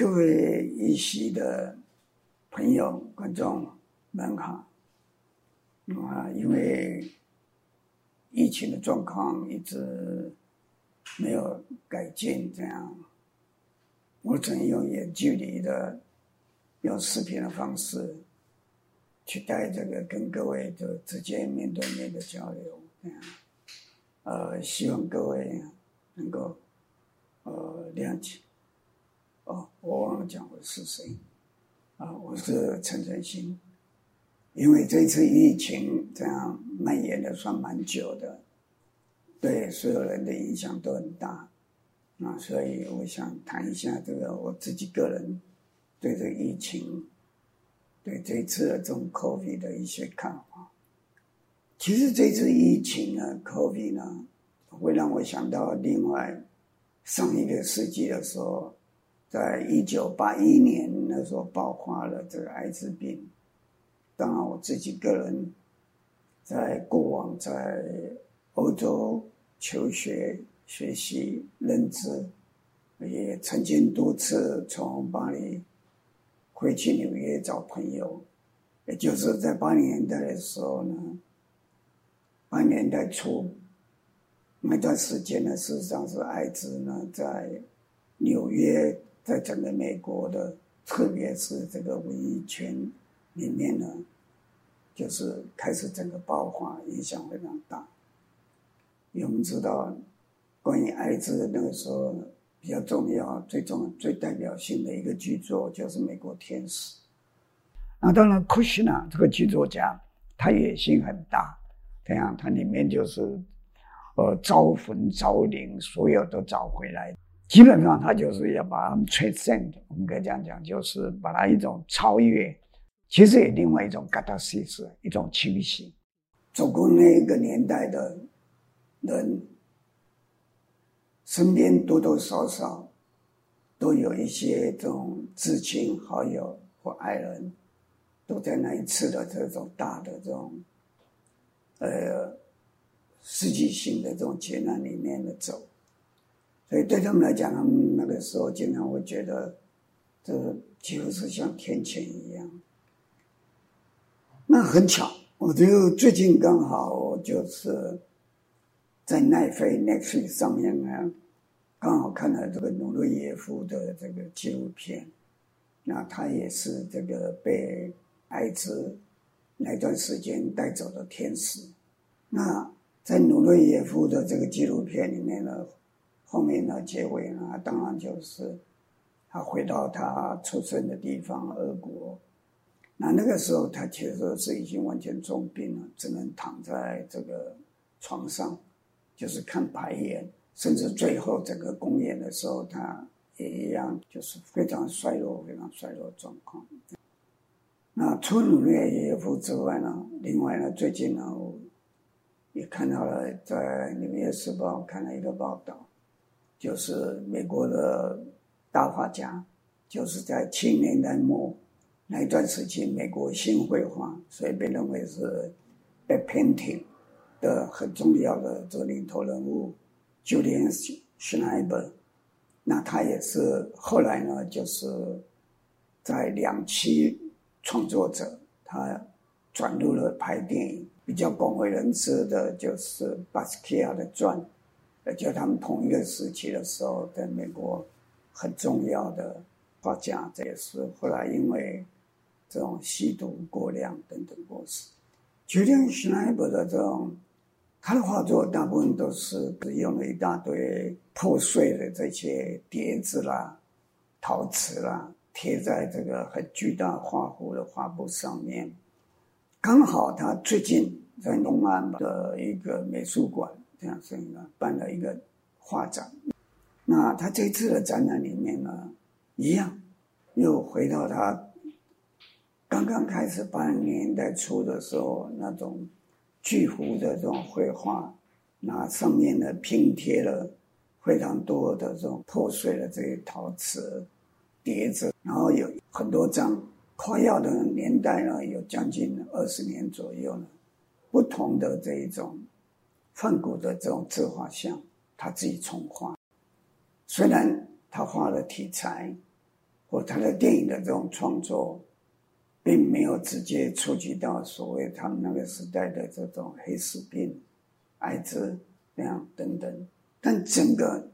各位一席的朋友、观众们好。因为疫情的状况一直没有改进，这样我只能用远距离的、用视频的方式去带这个跟各位就直接面对面的交流，这样希望各位能够谅解。我忘了讲我是谁我是陈晨兴。因为这次疫情这样蔓延的算蛮久的，对所有人的影响都很大所以我想谈一下这个我自己个人对这个疫情，对这次的这种 COVID 的一些看法。其实这次疫情呢 COVID 呢会让我想到另外上一个世纪的时候，在1981年那时候爆发了这个艾滋病。当然我自己个人在过往在欧洲求学学习认知，也曾经多次从巴黎回去纽约找朋友，也就是在80年代的时候呢，80年代初那段时间呢，事实上是艾滋呢在纽约，在整个美国的，特别是这个文艺圈里面呢，就是开始整个爆发，影响非常大。因为我们知道，关于艾滋那个时候比较重要、最代表性的一个剧作就是《美国天使》。那当然，库什纳这个剧作家，他野心很大，这样他里面就是招魂招灵，所有都找回来。基本上他就是要把他们 transcend， 我们可以这样讲，就是把它一种超越。其实也另外一种 catharsis， 一种清醒。走过那个年代的人，身边多多少少都有一些这种至亲好友或爱人，都在那一次的这种大的这种世纪性的这种劫难里面的走。所以对他们来讲，他们那个时候经常会觉得这几乎是像天谴一样。那很巧，我就最近刚好就是在奈飞 Netflix 上面呢，刚好看了这个努瑞耶夫的这个纪录片。那他也是这个被艾滋那段时间带走的天使。那在努瑞耶夫的这个纪录片里面呢，后面呢结尾呢，当然就是他回到他出生的地方俄国。那个时候他其实是已经完全重病了，只能躺在这个床上，就是看排演，甚至最后整个公演的时候他也一样，就是非常衰弱的状况。那除了努瑞耶夫之外呢，另外呢，最近呢我也看到了在《纽约时报》看了一个报道，就是美国的大画家，就是在70年代末那一段时期，美国新绘画，所以被认为是 Bad Painting 的很重要的这个领头人物 Julian Schneider。那他也是后来呢，就是在2期创作者，他转入了拍电影。比较广为人知的就是巴斯克亚的传，就他们同一个时期的时候，在美国很重要的画家，这也是后来因为这种吸毒过量等等过世。Julian Schneider 的这种他的画作大部分都是用了一大堆破碎的这些碟子啦、陶瓷啦，贴在这个很巨大画幅的画布上面。刚好他最近在东岸的一个美术馆这样子呢办了一个画展。那他这次的展览里面呢，一样又回到他刚刚开始80年代初的时候那种巨幅的这种绘画，那上面呢拼贴了非常多的这种破碎的这些陶瓷碟子，然后有很多张，快要的年代呢有将近20年左右呢，不同的这一种梵谷的这种自画像，他自己重画。虽然他画的题材或他的电影的这种创作，并没有直接触及到所谓他们那个时代的这种黑死病、艾滋那样等等，但整个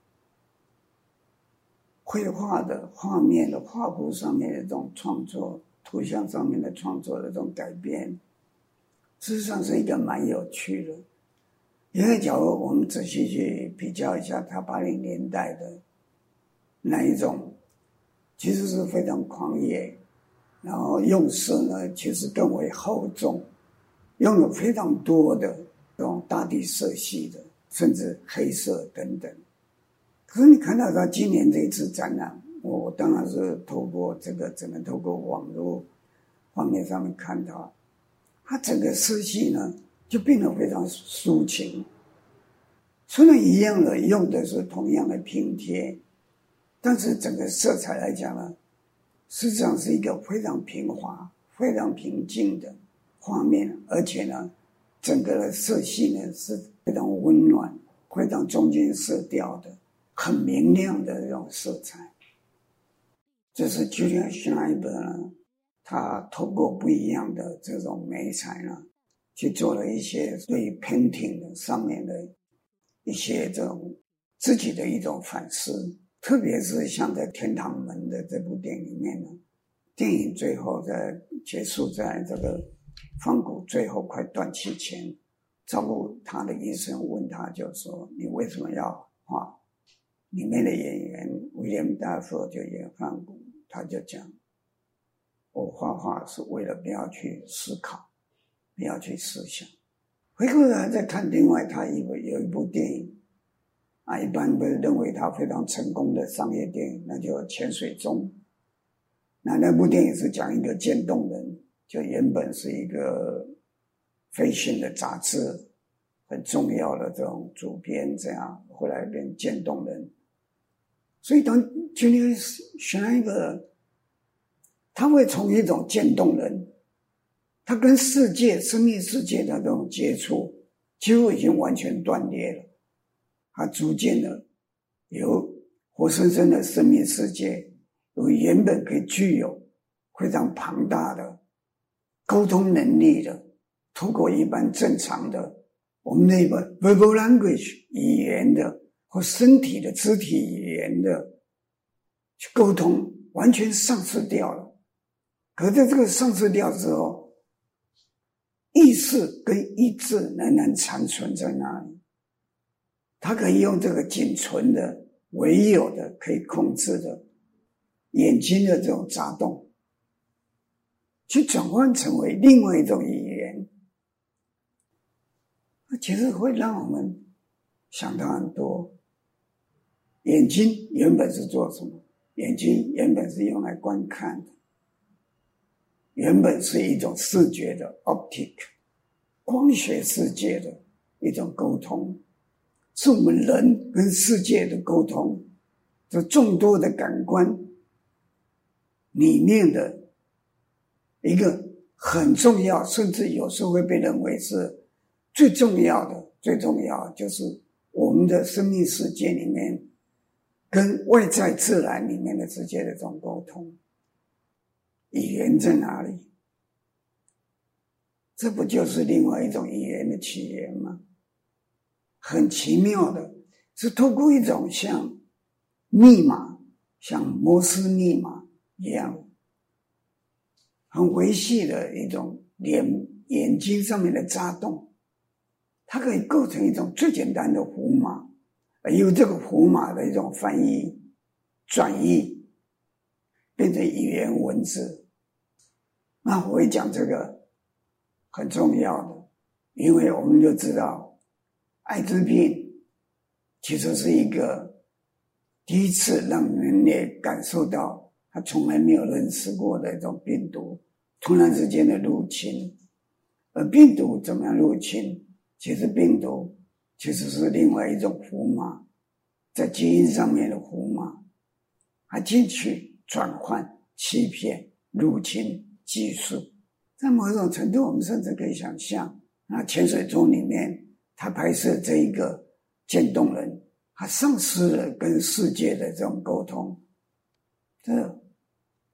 绘画的画面的画布上面的这种创作，图像上面的创作的这种改变，事实上是一个蛮有趣的。因为假如我们仔细去比较一下他80年代的那一种，其实是非常狂野，然后用色呢其实更为厚重，拥有非常多的这种大地色系的，甚至黑色等等。可是你看到他今年这一次展览，我当然是透过这个只能透过网络画面上面看到，它整个色系呢就变得非常抒情。虽然一样的用的是同样的拼贴，但是整个色彩来讲呢，实际上是一个非常平滑、非常平静的画面，而且呢，整个的色系呢是非常温暖、非常中间色调的、很明亮的这种色彩。这是 Julian Schneider 呢，他透过不一样的这种媒材呢，去做了一些对于 painting 的上面的一些这种自己的一种反思。特别是像在天堂门的这部电影里面呢，电影最后在结束在这个方谷最后快断气前，照顾他的医生问他就说，你为什么要画？里面的演员威廉大夫就演方谷，他就讲，我画画是为了不要去思考，不要去思想。回过来再看另外他有一部电影一般不是认为他非常成功的商业电影，那就潜水钟。那部电影是讲一个渐冻人，就原本是一个fashion的杂志很重要的这种主编，这样后来变渐冻人。所以当 Julian Schneider 他会从一种渐冻人，他跟世界生命世界的这种接触几乎已经完全断裂了，他逐渐的由活生生的生命世界，由原本可以具有非常庞大的沟通能力的，透过一般正常的我们那个 verbal language 语言的或身体的肢体语言的去沟通，完全丧失掉了。可是在这个丧失掉之后，意识跟意志仍然残存在那里。他可以用这个仅存的、唯有的、可以控制的眼睛的这种眨动，去转换成为另外一种语言。其实会让我们想到很多。眼睛原本是做什么？眼睛原本是用来观看的，原本是一种视觉的 optic 光学世界的一种沟通，是我们人跟世界的沟通，这众多的感官里面的一个很重要，甚至有时候会被认为是最重要的，就是我们的生命世界里面跟外在自然里面的世界的这种沟通。语言在哪里？这不就是另外一种语言的起源吗？很奇妙的，是透过一种像密码，像摩斯密码一样，很微细的一种眼睛上面的眨动，它可以构成一种最简单的符码，而由这个符码的一种翻译、转译，变成语言文字。那我会讲这个很重要的，因为我们就知道艾滋病其实是一个第一次让人类感受到他从来没有认识过的一种病毒突然之间的入侵。而病毒怎么样入侵？其实病毒其实是另外一种符码，在基因上面的符码，它进去转换、欺骗、入侵技术。在某种程度我们甚至可以想象，那潜水钟里面他拍摄这一个渐冻人，他丧失了跟世界的这种沟通，这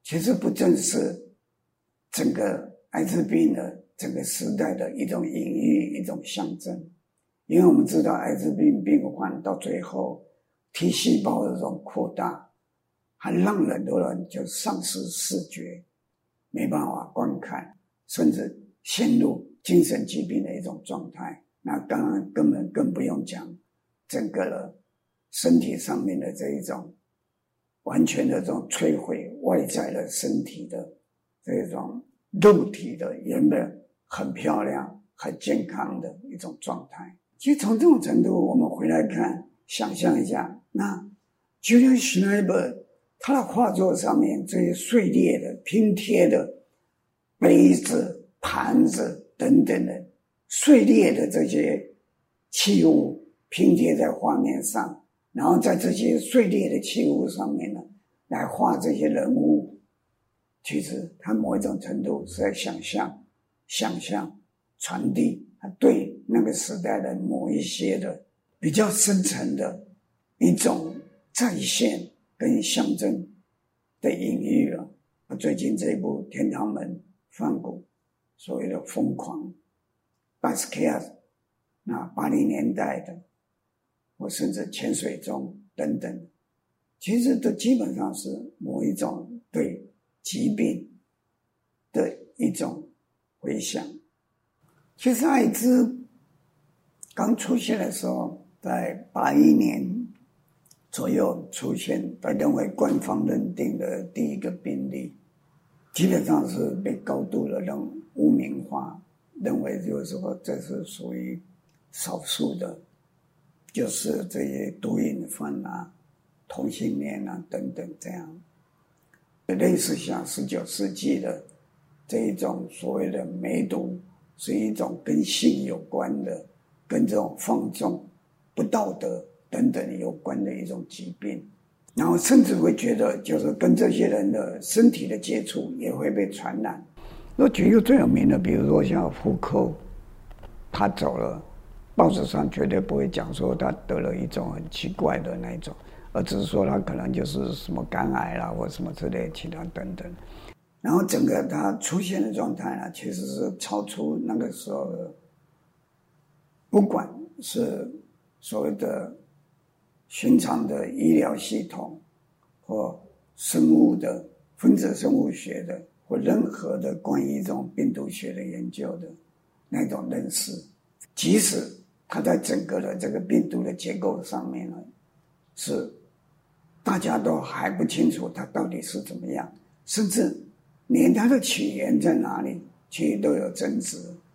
其实不正是整个艾滋病的整个时代的一种隐喻，一种象征。因为我们知道艾滋病病患到最后 T 细胞的这种扩大，还让很多人就丧失视觉，没办法观看，甚至陷入精神疾病的一种状态。那当然根本更不用讲整个的身体上面的这一种完全的这种摧毁外在的身体的这种肉体的原本很漂亮很健康的一种状态。其实从这种程度我们回来看，想象一下，那 Julian Schnabel 他的画作上面这些碎裂的拼贴的杯子盘子等等的碎裂的这些器物拼贴在画面上，然后在这些碎裂的器物上面呢来画这些人物，其实他某一种程度是在想象传递他对那个时代的某一些的比较深层的一种再现跟象征的隐喻了。最近这一部天堂门梵谷所谓的疯狂巴斯克亚，那80年代的或甚至潜水钟等等，其实都基本上是某一种对疾病的一种回想。其实艾滋刚出现的时候，在81年左右出现，被认为官方认定的第一个病例，基本上是被高度的污名化，认为就是说这是属于少数的，就是这些毒瘾犯啊、同性恋啊等等这样，类似像19世纪的这一种所谓的梅毒，是一种跟性有关的，跟这种放纵、不道德等等有关的一种疾病。然后甚至会觉得就是跟这些人的身体的接触也会被传染。我举一个最有名的，比如说像福柯，他走了，报纸上绝对不会讲说他得了一种很奇怪的那一种，而只是说他可能就是什么肝癌啦或什么之类其他等等。然后整个他出现的状态呢，其实是超出那个时候的，不管是所谓的寻常的医疗系统或生物的分子生物学的或任何的关于这种病毒学的研究的那种认识，即使它在整个的这个病毒的结构上面呢，是大家都还不清楚它到底是怎么样，甚至连它的起源在哪里其实都有争执。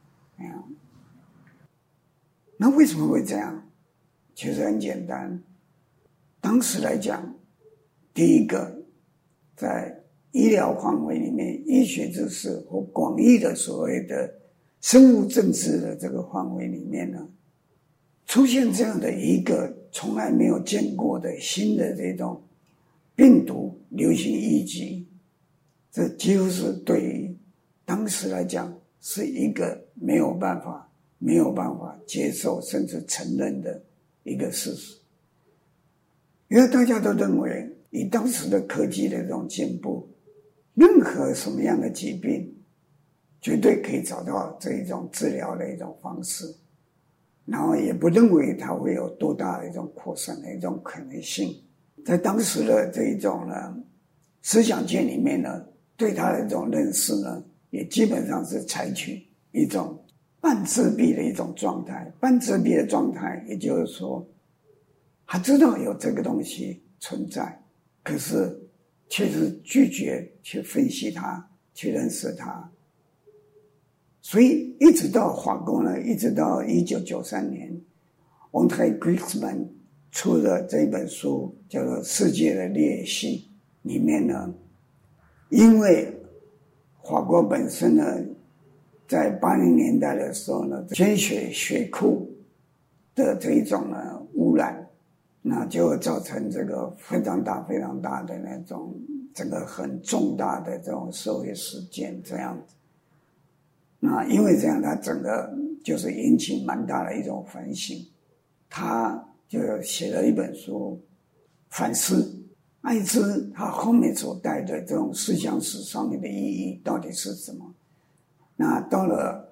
那为什么会这样？其实很简单，当时来讲，第一个在医疗范围里面，医学知识或广义的所谓的生物政治的这个范围里面呢，出现这样的一个从来没有见过的新的这种病毒流行疫疾，这几乎是对于当时来讲是一个没有办法接受甚至承认的一个事实。因为大家都认为以当时的科技的这种进步，任何什么样的疾病绝对可以找到这一种治疗的一种方式，然后也不认为它会有多大的一种扩散的一种可能性。在当时的这一种呢思想界里面呢，对它的这种认识呢，也基本上是采取一种半自闭的一种状态。半自闭的状态也就是说他知道有这个东西存在，可是却是拒绝去分析它，去认识它。所以一直到法国呢，一直到1993年André Grisman 出了这本书叫做《世界的裂隙》，里面呢，因为法国本身呢在80年代的时候呢，捐血血库的这一种呢污染，那就会造成这个非常大的那种整个很重大的这种社会事件这样子。那因为这样，他整个就是引起蛮大的一种反省，他就写了一本书反思艾滋它后面所带的这种思想史上面的意义到底是什么？那到了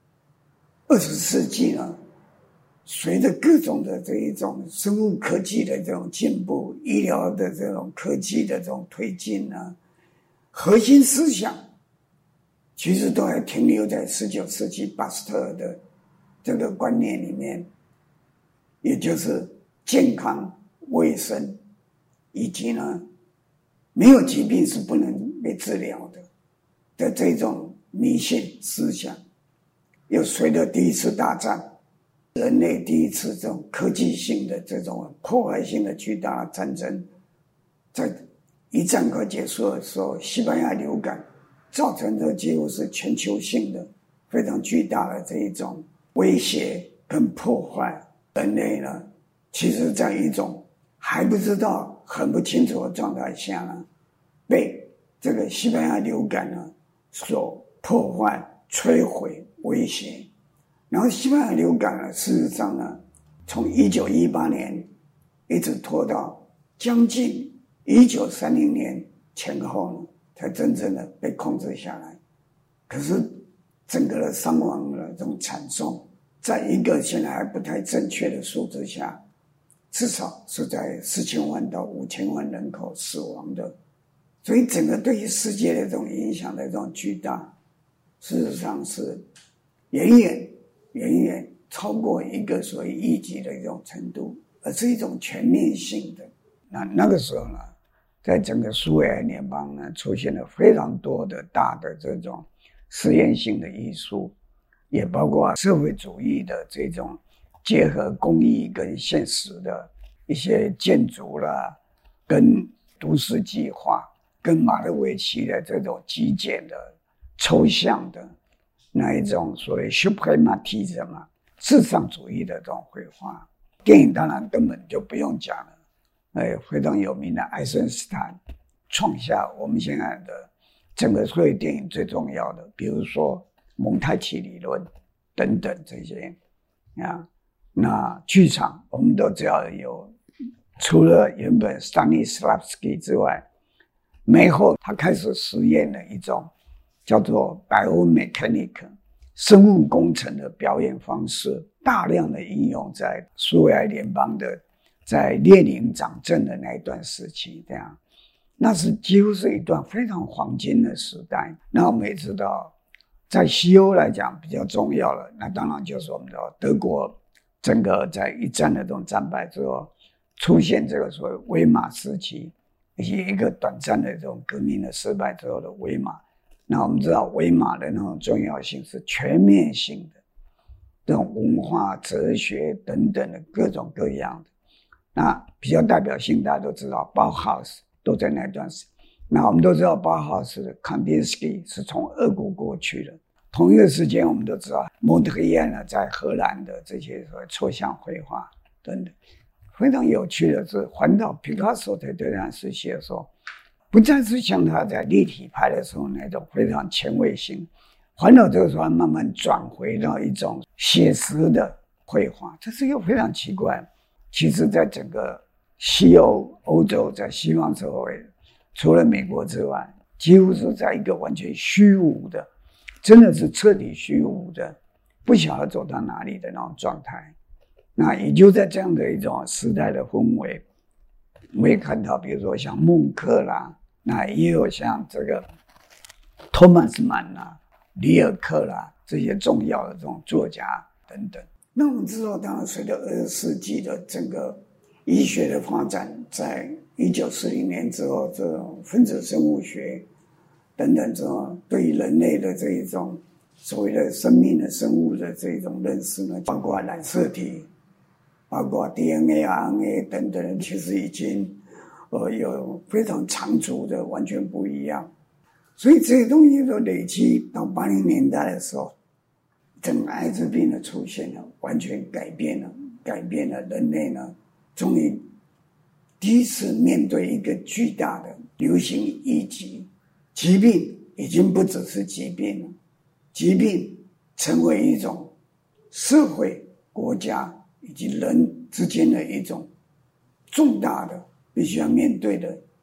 20世纪呢，随着各种的这一种生物科技的这种进步，医疗的这种科技的这种推进呢，核心思想其实都还停留在19世纪巴斯特的这个观念里面，也就是健康、卫生，以及呢没有疾病是不能被治疗的这种迷信思想。又随着第一次大战，人类第一次这种科技性的这种破坏性的巨大的战争，在一战快结束的时候，西班牙流感造成的几乎是全球性的非常巨大的这一种威胁跟破坏。人类呢，其实在一种还不知道很不清楚的状态下呢，被这个西班牙流感呢所破坏、摧毁、威胁。然后西班牙流感呢，事实上呢，从1918年一直拖到将近1930年前后呢，才真正的被控制下来。可是整个的伤亡的这种惨重，在一个现在还不太正确的数字下，至少是在4000万到5000万人口死亡的。所以整个对于世界的这种影响的这种巨大，事实上是远远超过一个所谓一级的一种程度，而是一种全面性的。那个时候呢，在整个苏维埃联邦呢，出现了非常多的大的这种实验性的艺术，也包括社会主义的这种结合工艺跟现实的一些建筑啦，跟都市计划，跟马勒维奇的这种极简的抽象的那一种所谓 suprematism 至上主义的这种绘画。电影当然根本就不用讲了，非常有名的爱森斯坦创下我们现在的整个所有电影最重要的，比如说蒙太奇理论等等这些啊。那剧场我们都知道有，除了原本 Stanislavski 之外，梅后他开始实验了一种叫做 biomechanic 生物工程的表演方式，大量的应用在苏维埃联邦的在列宁掌政的那一段时期，这样那是几乎是一段非常黄金的时代。那我们也知道，在西欧来讲比较重要了，那当然就是我们的德国整个在一战的这种战败之后，出现这个所谓威玛时期，以及一个短暂的这种革命的失败之后的威玛。那我们知道威玛的那种重要性是全面性的，这种文化、哲学等等的各种各样的。那比较代表性大家都知道包豪斯都在那段时间。那我们都知道包豪斯的 Kandinsky 是从俄国过去的。同一个时间我们都知道蒙特利尔在荷兰的这些所谓抽象绘画等等。非常有趣的是，环到皮卡索在这段时期的时候，不再是像他在立体派的时候那种非常前卫性，环到这个时候慢慢转回到一种写实的绘画。这是又非常奇怪。其实在整个西欧洲，在西方社会，除了美国之外，几乎是在一个完全虚无的，真的是彻底虚无的，不晓得走到哪里的那种状态。那也就在这样的一种时代的氛围，我们也看到比如说像孟克啦，那也有像这个托马斯曼啦、里尔克啦，这些重要的这种作家等等。那我们知道，当然随着20世纪的整个医学的发展，在1940年之后，这种分子生物学等等这种对于人类的这一种所谓的生命的生物的这种认识呢，包括染色体，包括 DNA、RNA 等等，其实已经有非常长足的完全不一样。所以这些东西都累积到80年代的时候，整个艾滋病的出现呢，完全改变了人类呢，终于第一次面对一个巨大的流行疫疾，疾病已经不只是疾病了，疾病成为一种社会、国家以及人之间的一种重大的必须要面对的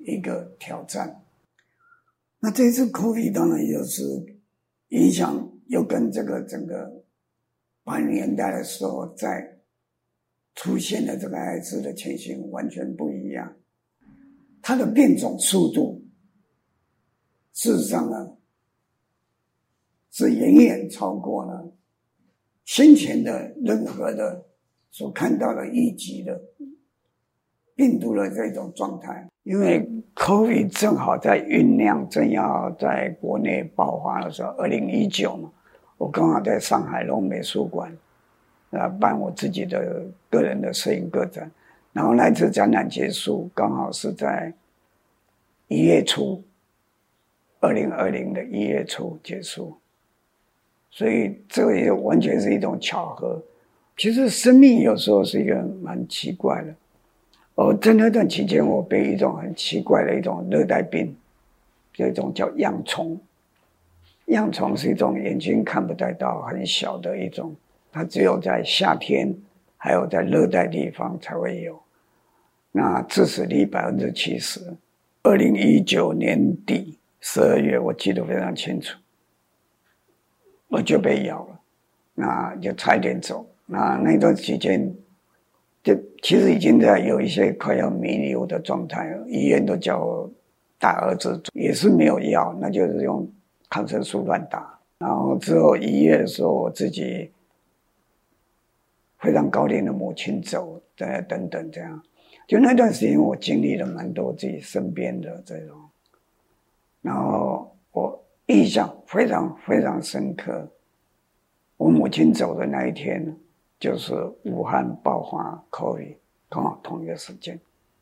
一个挑战。那这次 COVID 当然就是影响又跟这个整个80年代的时候在出现的这个艾滋的情形完全不一样，它的变种速度事实上呢是远远超过了先前的任何的所看到的一级的病毒的这种状态。因为 COVID 正好在酝酿，正要在国内爆发的时候，2019嘛，我刚好在上海龙美术馆办我自己的个人的摄影个展，然后那次展览结束刚好是在1月初，2020的1月初结束，所以这个也完全是一种巧合。其实生命有时候是一个蛮奇怪的。在那段期间，我被一种很奇怪的一种热带病，有一种叫恙虫。恙虫是一种眼睛看不太到很小的一种，它只有在夏天还有在热带地方才会有。那致死率70%。2019年底12月，我记得非常清楚，我就被咬了，那就差一点走。那段期间就其实已经在有一些快要弥留的状态了，医院都叫我打儿子，也是没有药，那就是用抗生素乱打。然后之后1月的时候，我自己非常高龄的母亲走，等等这样，就那段时间我经历了蛮多自己身边的这种，然后我印象非常非常深刻。我母亲走的那一天，就是武汉爆发 COVID， 刚好同一个时间，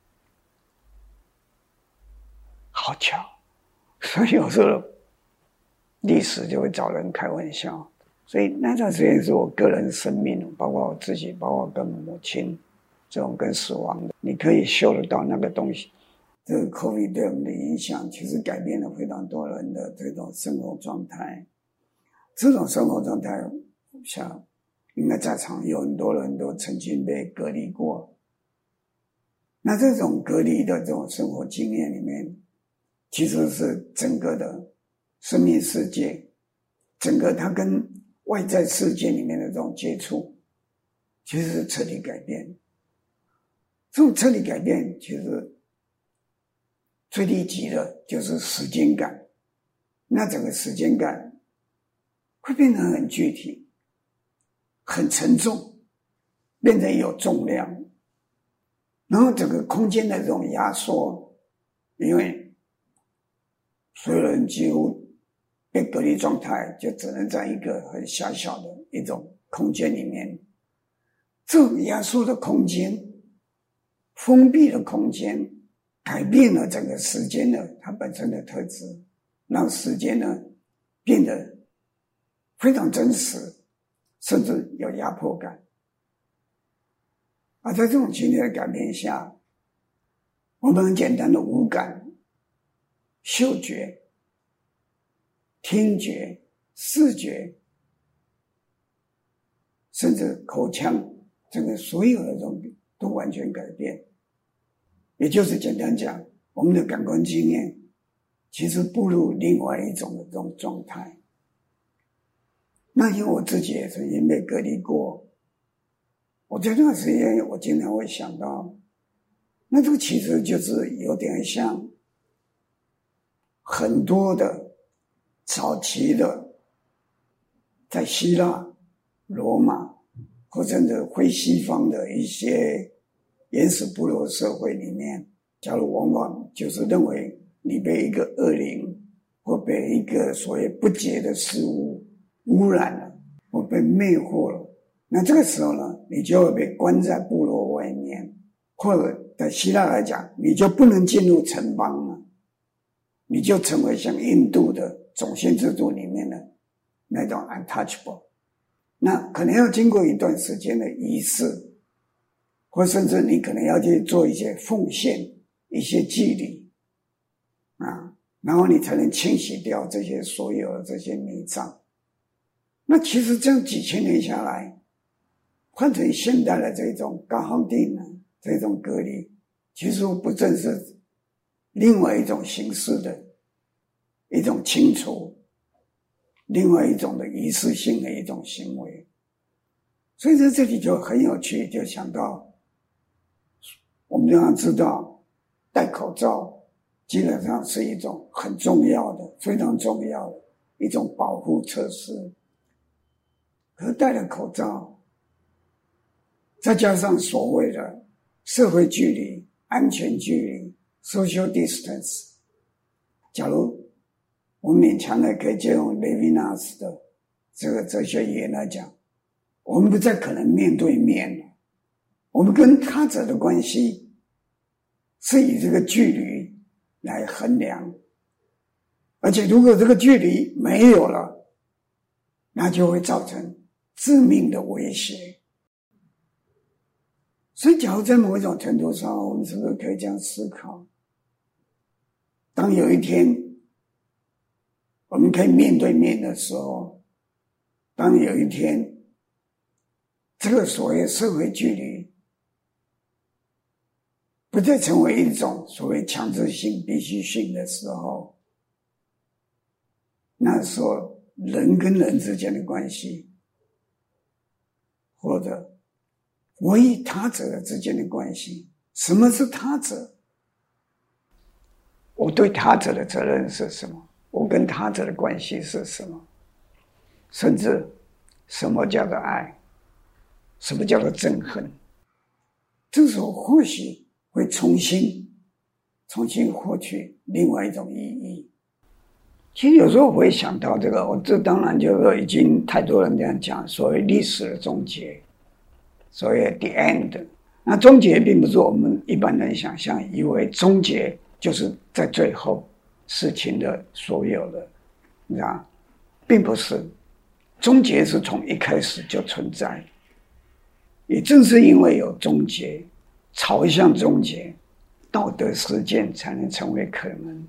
好巧。所以有时候历史就会找人开玩笑。所以那段时间是我个人生命，包括我自己，包括跟母亲这种跟死亡的，你可以嗅得到那个东西。这个 COVID 对我们的影响，其实改变了非常多人的这种生活状态。这种生活状态，像应该在场有很多人都曾经被隔离过。那这种隔离的这种生活经验里面，其实是整个的生命世界，整个它跟外在世界里面的这种接触，其实是彻底改变。这种彻底改变，其实最低级的就是时间感。那整个时间感会变得很具体，很沉重，变得有重量。然后整个空间的这种压缩，因为所有人几乎被隔离状态，就只能在一个很狭小的一种空间里面。这种压缩的空间，封闭的空间，改变了整个时间的它本身的特质，让时间呢变得非常真实，甚至有压迫感。而在这种情绪的改变下，我们很简单的五感，嗅觉、听觉、视觉，甚至口腔，整个所有的这种都完全改变。也就是简单讲，我们的感官经验其实步入另外一种的这种状态。那因为我自己也曾经被隔离过，我这段时间我经常会想到，那这个其实就是有点像很多的早期的在希腊、罗马或者是非西方的一些原始部落社会里面，假如往往就是认为你被一个恶灵或被一个所谓不洁的事物污染了，或被魅惑了，那这个时候呢，你就会被关在部落外面，或者在希腊来讲，你就不能进入城邦了，你就成为像印度的种姓制度里面的那种 untouchable。 那可能要经过一段时间的仪式，或甚至你可能要去做一些奉献、一些祭礼然后你才能清洗掉这些所有的这些迷障。那其实这样几千年下来，换成现代的这种高航定这种隔离，其实不正是另外一种形式的一种清除，另外一种的仪式性的一种行为。所以在这里就很有趣，就想到我们要知道戴口罩基本上是一种很重要的非常重要的一种保护措施，可是戴了口罩再加上所谓的社会距离、安全距离 social distance， 假如我们勉强的可以借用雷维纳斯的这个哲学语言来讲，我们不再可能面对面了，我们跟他者的关系是以这个距离来衡量，而且如果这个距离没有了，那就会造成致命的威胁。所以假如在某一种程度上，我们是不是可以这样思考，当有一天我们可以面对面的时候，当有一天这个所谓社会距离不再成为一种所谓强制性必须性的时候，那时候人跟人之间的关系，或者我与他者之间的关系，什么是他者？我对他者的责任是什么？我跟他者的关系是什么？甚至什么叫做爱？什么叫做憎恨？这时候或许会重新获取另外一种意义。其实有时候我会想到这个，这当然就是已经太多人这样讲，所谓历史的终结，所谓 the end。那终结并不是我们一般人想象，以为终结就是在最后事情的所有的，你知道，并不是。终结是从一开始就存在，也正是因为有终结，朝向终结，道德实践才能成为可能，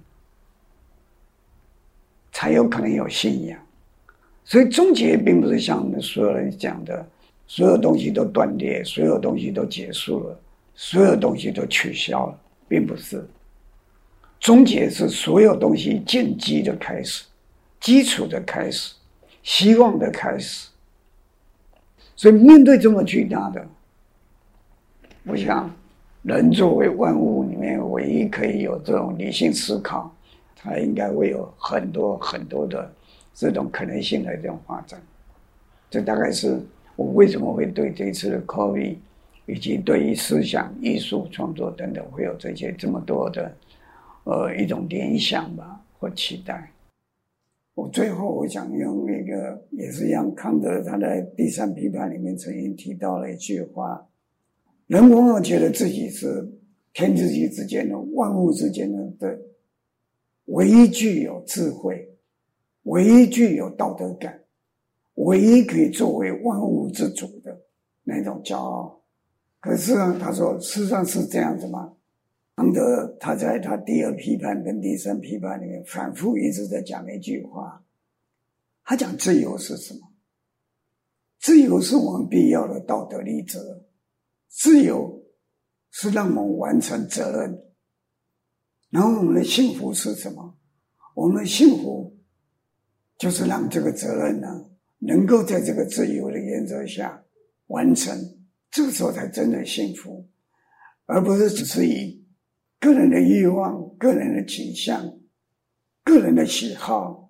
才有可能有信仰。所以终结并不是像我们所有人讲的，所有东西都断裂，所有东西都结束了，所有东西都取消了，并不是。终结是所有东西建基的开始，基础的开始，希望的开始。所以面对这么巨大的，我想人作为万物里面唯一可以有这种理性思考，它应该会有很多很多的这种可能性的这种发展。这大概是我为什么会对这一次的 COVID 以及对于思想艺术创作等等会有这些这么多的一种联想吧，或期待。我最后我想用一个也是一样，康德他在第三批判里面曾经提到了一句话，人往往觉得自己是天地之间的万物之间的唯一具有智慧，唯一具有道德感，唯一可以作为万物之主的那种骄傲。可是呢，他说事实上是这样子吗？康德他在他第二批判跟第三批判里面反复一直在讲一句话，他讲自由是什么？自由是我们必要的道德立则，自由是让我们完成责任。然后我们的幸福是什么？我们的幸福就是让这个责任呢能够在这个自由的原则下完成，这个时候才真的幸福，而不是只是以个人的欲望、个人的倾向、个人的喜好，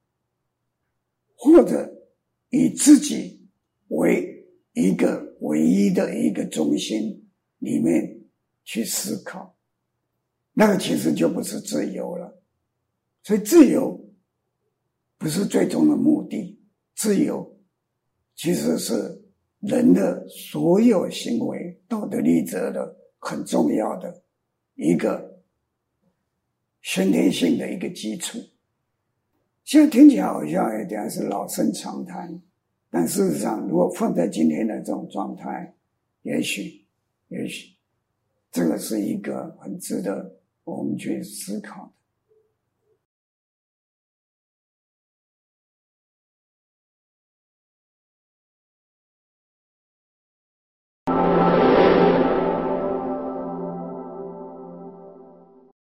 或者以自己为一个唯一的一个中心里面去思考，那个其实就不是自由了。所以自由不是最终的目的，自由其实是人的所有行为道德立则的很重要的一个先天性的一个基础。现在听起来好像有点是老生常谈，但事实上如果放在今天的这种状态，也许这个是一个很值得我们去思考的。